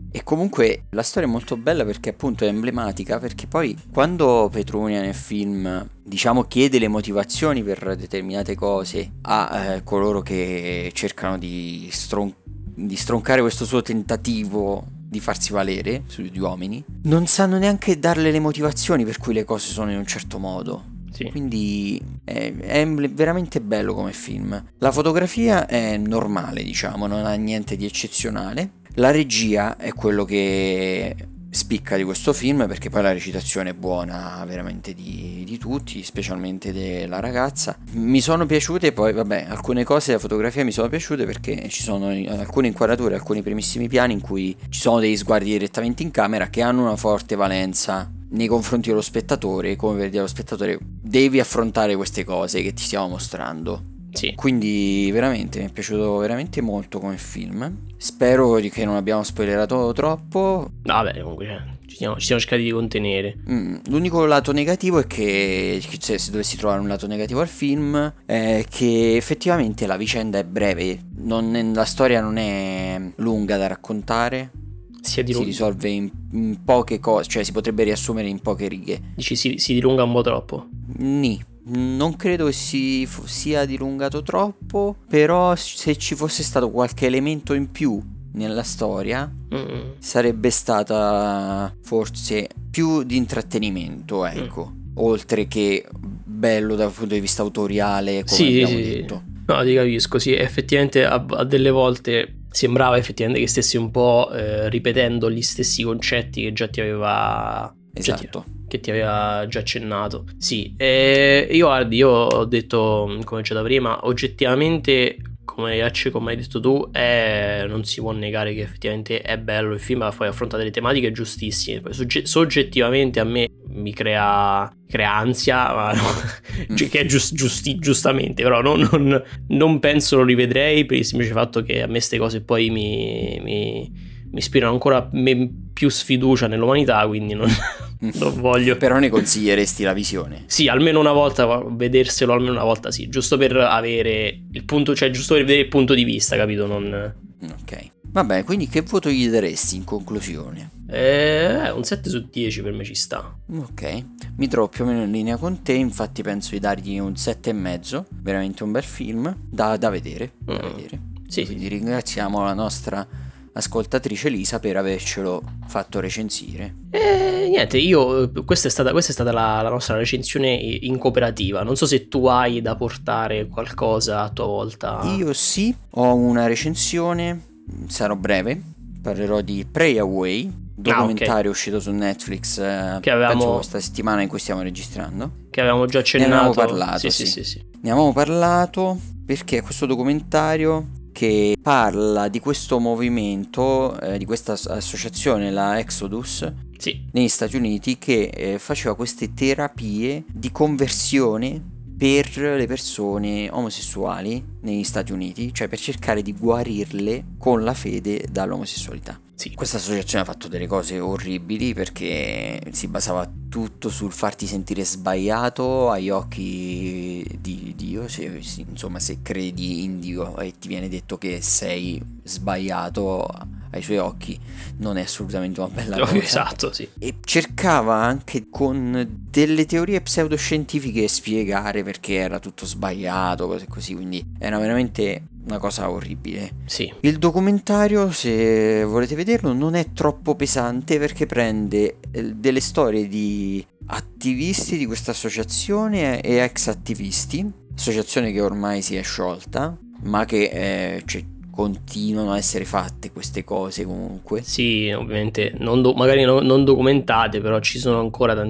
E comunque la storia è molto bella perché appunto è emblematica, perché poi quando Petrunia nel film, diciamo, chiede le motivazioni per determinate cose a coloro che cercano di stroncare questo suo tentativo di farsi valere sugli uomini, non sanno neanche darle le motivazioni per cui le cose sono in un certo modo. Sì. Quindi è veramente bello come film. La fotografia è normale, diciamo, non ha niente di eccezionale. La regia è quello che spicca di questo film, perché poi la recitazione è buona veramente di tutti, specialmente della ragazza. Mi sono piaciute poi, vabbè, alcune cose della fotografia mi sono piaciute perché ci sono alcune inquadrature, alcuni primissimi piani in cui ci sono degli sguardi direttamente in camera che hanno una forte valenza nei confronti dello spettatore, come per dire allo spettatore devi affrontare queste cose che ti stiamo mostrando. Sì. Quindi veramente mi è piaciuto veramente molto come film. Spero che non abbiamo spoilerato troppo. Vabbè, comunque ci siamo cercati di contenere. L'unico lato negativo è che se dovessi trovare un lato negativo al film è che effettivamente la vicenda è breve, la storia non è lunga da raccontare. Si risolve in poche cose, cioè si potrebbe riassumere in poche righe. Dici si dilunga un po' troppo? Non credo che sia dilungato troppo, però se ci fosse stato qualche elemento in più nella storia sarebbe stata forse più di intrattenimento, ecco, oltre che bello dal punto di vista autoriale, come abbiamo detto. No, ti capisco, sì, effettivamente a delle volte sembrava effettivamente che stessi un po' ripetendo gli stessi concetti che già ti aveva... Esatto. Che ti aveva già accennato. Sì, io ho detto, come già da prima, oggettivamente, come hai detto tu, non si può negare che effettivamente è bello il film, poi affronta delle tematiche giustissime. Poi soggettivamente a me mi crea ansia, ma no, che è giustamente, però non penso lo rivedrei per il semplice fatto che a me queste cose poi mi ispirano ancora più sfiducia nell'umanità, quindi non voglio. Però ne consiglieresti la visione? Sì, almeno una volta, vederselo almeno una volta, sì, giusto per avere il punto, cioè giusto per vedere il punto di vista, capito? Ok, vabbè, quindi che voto gli daresti in conclusione? Un 7 su 10 per me ci sta. Ok, mi trovo più o meno in linea con te, infatti penso di dargli un 7,5, veramente un bel film da vedere, Sì, quindi sì. ringraziamo la nostra ascoltatrice Lisa per avercelo fatto recensire. Niente, questa è stata la nostra recensione in cooperativa. Non so se tu hai da portare qualcosa a tua volta. Io sì, ho una recensione, sarò breve, parlerò di Pray Away, documentario uscito su Netflix, che penso questa settimana in cui stiamo registrando. Che avevamo già accennato. Ne avevamo parlato, sì. Ne avevamo parlato perché è questo documentario che parla di questo movimento, di questa associazione, la Exodus, negli Stati Uniti, che faceva queste terapie di conversione per le persone omosessuali negli Stati Uniti, cioè per cercare di guarirle con la fede dall'omosessualità. Sì. Questa associazione ha fatto delle cose orribili perché si basava tutto sul farti sentire sbagliato agli occhi di Dio, insomma se credi in Dio e ti viene detto che sei sbagliato ai suoi occhi, non è assolutamente una bella cosa. Esatto, sì. E cercava anche con delle teorie pseudoscientifiche spiegare perché era tutto sbagliato, cose così, quindi era veramente una cosa orribile. Sì. Il documentario, se volete vederlo, non è troppo pesante perché prende delle storie di attivisti di questa associazione e ex attivisti, associazione che ormai si è sciolta, ma che continuano a essere fatte queste cose comunque. Sì, ovviamente magari non documentate, però ci sono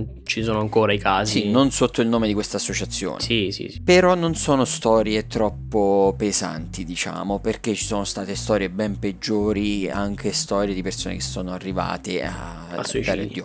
ancora i casi. Sì, non sotto il nome di questa associazione. Sì. Però non sono storie troppo pesanti, diciamo, perché ci sono state storie ben peggiori, anche storie di persone che sono arrivate a dare Dio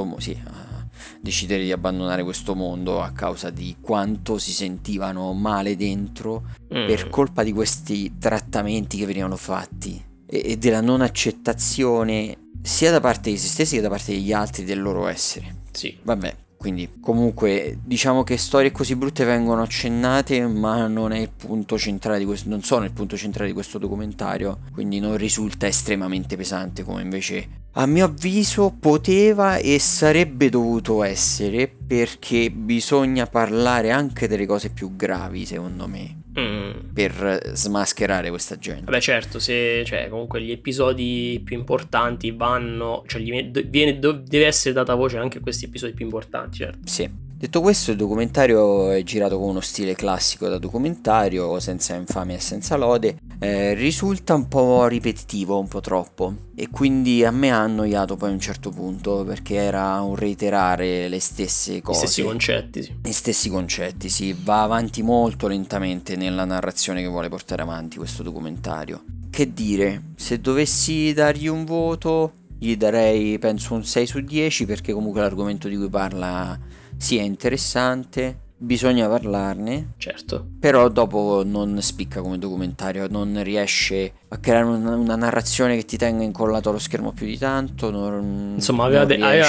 a decidere di abbandonare questo mondo a causa di quanto si sentivano male dentro per colpa di questi trattamenti che venivano fatti e della non accettazione sia da parte di se stessi che da parte degli altri del loro essere. Sì. Vabbè, quindi comunque diciamo che storie così brutte vengono accennate, ma non è il punto centrale di questo, non sono il punto centrale di questo documentario, quindi non risulta estremamente pesante come invece A mio avviso poteva e sarebbe dovuto essere, perché bisogna parlare anche delle cose più gravi, secondo me, per smascherare questa gente. Vabbè, certo, se comunque gli episodi più importanti vanno, cioè deve essere data voce anche a questi episodi più importanti, certo. Sì. Detto questo, il documentario è girato con uno stile classico da documentario, senza infamia e senza lode. Risulta un po' ripetitivo, un po' troppo, e quindi a me ha annoiato poi a un certo punto, perché era un reiterare le stesse cose. Gli stessi concetti, sì. Gli stessi concetti, sì. Va avanti molto lentamente nella narrazione che vuole portare avanti questo documentario. Che dire, se dovessi dargli un voto, gli darei penso un 6 su 10, perché comunque l'argomento di cui parla sì è interessante, bisogna parlarne, certo, però dopo non spicca come documentario, non riesce a creare una narrazione che ti tenga incollato allo schermo più di tanto, insomma aveva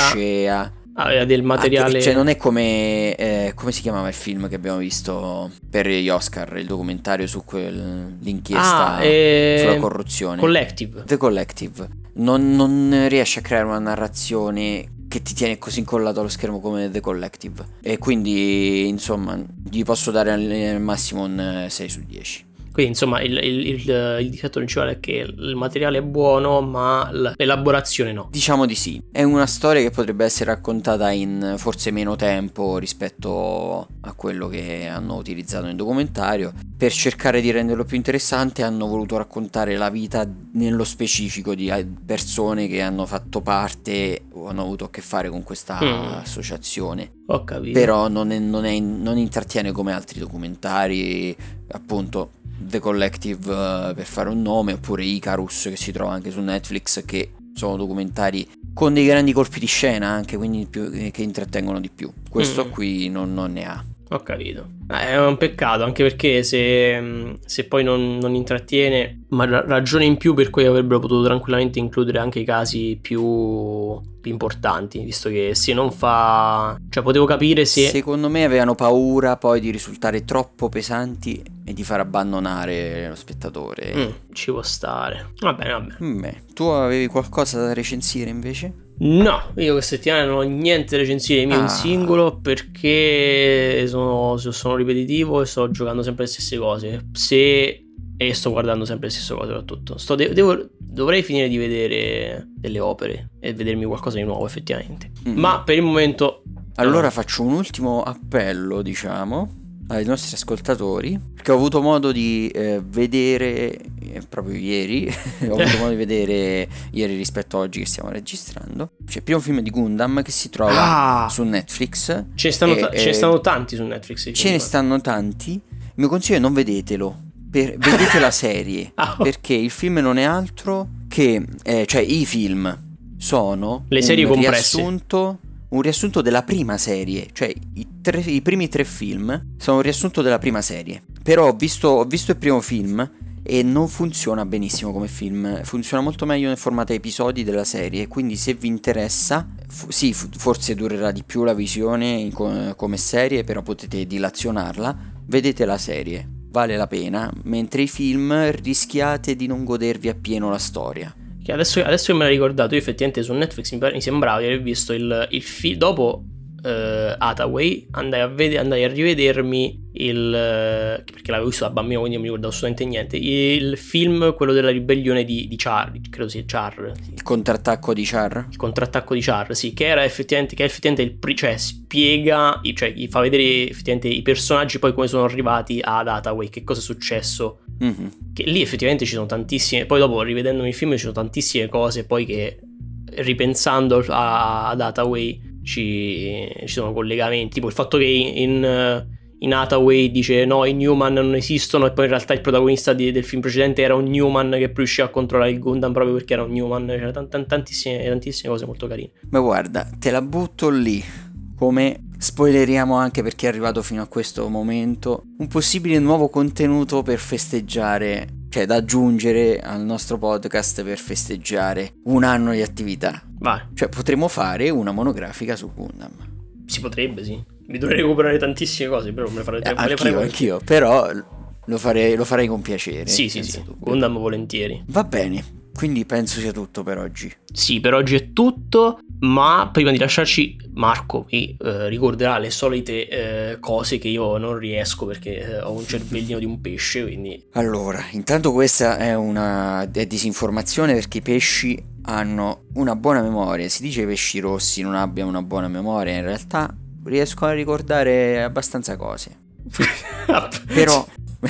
del materiale, cioè non è come come si chiamava il film che abbiamo visto per gli Oscar, il documentario su l'inchiesta sulla corruzione, The Collective. Non riesce a creare una narrazione che ti tiene così incollato allo schermo come The Collective, e quindi insomma gli posso dare al massimo un 6 su 10. Quindi insomma il difetto principale è che il materiale è buono, ma l'elaborazione no. Diciamo di sì. È una storia che potrebbe essere raccontata in forse meno tempo rispetto a quello che hanno utilizzato nel documentario. Per cercare di renderlo più interessante hanno voluto raccontare la vita nello specifico di persone che hanno fatto parte o hanno avuto a che fare con questa associazione. Ho capito. Però non intrattiene come altri documentari, appunto The Collective per fare un nome, oppure Icarus, che si trova anche su Netflix, che sono documentari con dei grandi colpi di scena anche, quindi che intrattengono di più. Questo qui non ne ha. Ho capito. È un peccato, anche perché se poi non intrattiene, ma ragione in più per cui avrebbero potuto tranquillamente includere anche i casi più importanti, visto che se non fa, cioè potevo capire se, secondo me avevano paura poi di risultare troppo pesanti e di far abbandonare lo spettatore. Ci può stare. Va bene. Tu avevi qualcosa da recensire invece? No, io questa settimana non ho niente da recensire di mio in singolo, perché sono ripetitivo e sto giocando sempre le stesse cose. E sto guardando sempre le stesse cose, soprattutto. Dovrei finire di vedere delle opere e vedermi qualcosa di nuovo, effettivamente. Ma per il momento. Allora faccio un ultimo appello, diciamo, ai nostri ascoltatori, perché ho avuto modo di vedere proprio ieri ho avuto modo di vedere ieri rispetto a oggi che stiamo registrando, c'è il primo film di Gundam che si trova su Netflix. Ce ne stanno tanti su Netflix. Ce ne stanno tanti. Il mio consiglio è non vedetelo, vedete la serie, perché il film non è altro che cioè i film sono le serie compresse, un riassunto della prima serie, cioè i primi 3 film sono un riassunto della prima serie. Però ho visto il primo film e non funziona benissimo come film, funziona molto meglio nel formato episodi della serie, quindi se vi interessa, forse durerà di più la visione come serie, però potete dilazionarla, vedete la serie, vale la pena, mentre i film rischiate di non godervi appieno la storia. Che adesso che me l'hai ricordato, io effettivamente su Netflix mi sembrava di aver visto il film dopo Hathaway, andai a rivedermi perché l'avevo visto da bambino, quindi non mi ricordavo assolutamente niente, il film, quello della ribellione di Char, credo sia Char, sì. Il contrattacco di Char, sì, che è effettivamente cioè spiega, cioè gli fa vedere effettivamente i personaggi, poi come sono arrivati ad Hathaway, che cosa è successo. Che lì effettivamente ci sono tantissime, poi dopo rivedendomi il film ci sono tantissime cose poi che ripensando ad Hathaway ci sono collegamenti, tipo il fatto che in Hathaway dice no, i Newman non esistono, e poi in realtà il protagonista del film precedente era un Newman che riuscì a controllare il Gundam proprio perché era un Newman. C'era tantissime cose molto carine. Ma guarda, te la butto lì, come spoileriamo anche per chi è arrivato fino a questo momento, un possibile nuovo contenuto per festeggiare, cioè da aggiungere al nostro podcast per festeggiare un anno di attività. Vai. Cioè potremmo fare una monografica su Gundam. Si potrebbe, sì. Mi dovrei recuperare tantissime cose, però me le farei anch'io, però lo farei con piacere. Sì. Gundam volentieri. Va bene. Quindi penso sia tutto per oggi. Sì, per oggi è tutto, ma prima di lasciarci Marco mi ricorderà le solite cose che io non riesco perché ho un cervellino di un pesce, quindi... Allora, intanto questa è disinformazione perché i pesci hanno una buona memoria. Si dice che i pesci rossi non abbiano una buona memoria, in realtà riescono a ricordare abbastanza cose. Però...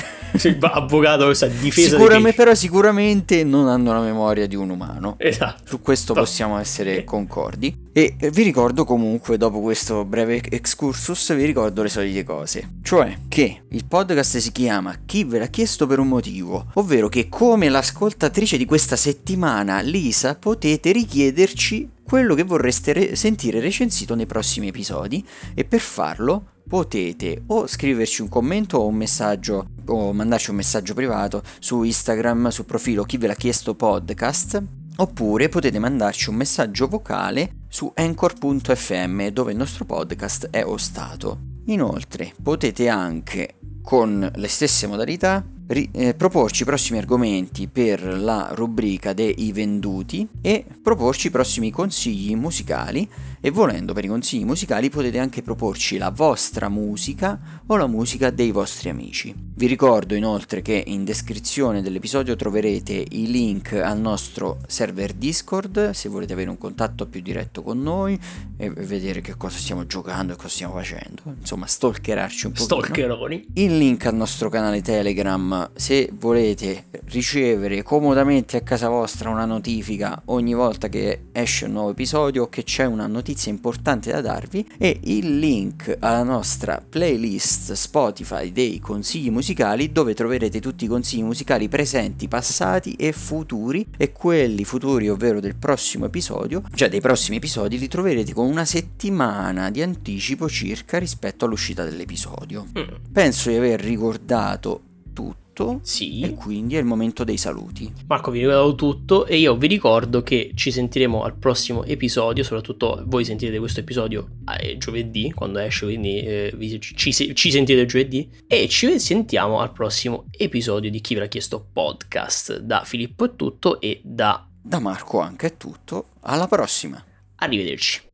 avvocato, questa difesa però sicuramente non hanno la memoria di un umano. Esatto. Su questo possiamo essere concordi. E vi ricordo comunque, dopo questo breve excursus, vi ricordo le solite cose. Cioè che il podcast si chiama Chi ve l'ha chiesto per un motivo, ovvero che come l'ascoltatrice di questa settimana, Lisa, potete richiederci quello che vorreste sentire recensito nei prossimi episodi, e per farlo potete o scriverci un commento o un messaggio o mandarci un messaggio privato su Instagram sul profilo Chi ve l'ha chiesto podcast, oppure potete mandarci un messaggio vocale su anchor.fm dove il nostro podcast è ostato. Inoltre potete anche con le stesse modalità proporci i prossimi argomenti per la rubrica dei venduti e proporci i prossimi consigli musicali, e volendo per i consigli musicali potete anche proporci la vostra musica o la musica dei vostri amici. Vi ricordo inoltre che in descrizione dell'episodio troverete i link al nostro server Discord se volete avere un contatto più diretto con noi e vedere che cosa stiamo giocando e cosa stiamo facendo, insomma stalkerarci un po'. Stalkeroni. Il link al nostro canale Telegram se volete ricevere comodamente a casa vostra una notifica ogni volta che esce un nuovo episodio o che c'è una notizia importante da darvi, e il link alla nostra playlist Spotify dei consigli musicali dove troverete tutti i consigli musicali presenti, passati e futuri, e quelli futuri ovvero del prossimo episodio, cioè dei prossimi episodi, li troverete con una settimana di anticipo circa rispetto all'uscita dell'episodio. Penso di aver ricordato tutto. Sì. E quindi è il momento dei saluti. Marco vi ricordo tutto e io vi ricordo che ci sentiremo al prossimo episodio, soprattutto voi sentirete questo episodio giovedì quando esce, quindi ci sentirete giovedì, e ci sentiamo al prossimo episodio di Chi ve l'ha chiesto podcast. Da Filippo è tutto e da Marco anche è tutto. Alla prossima. Arrivederci.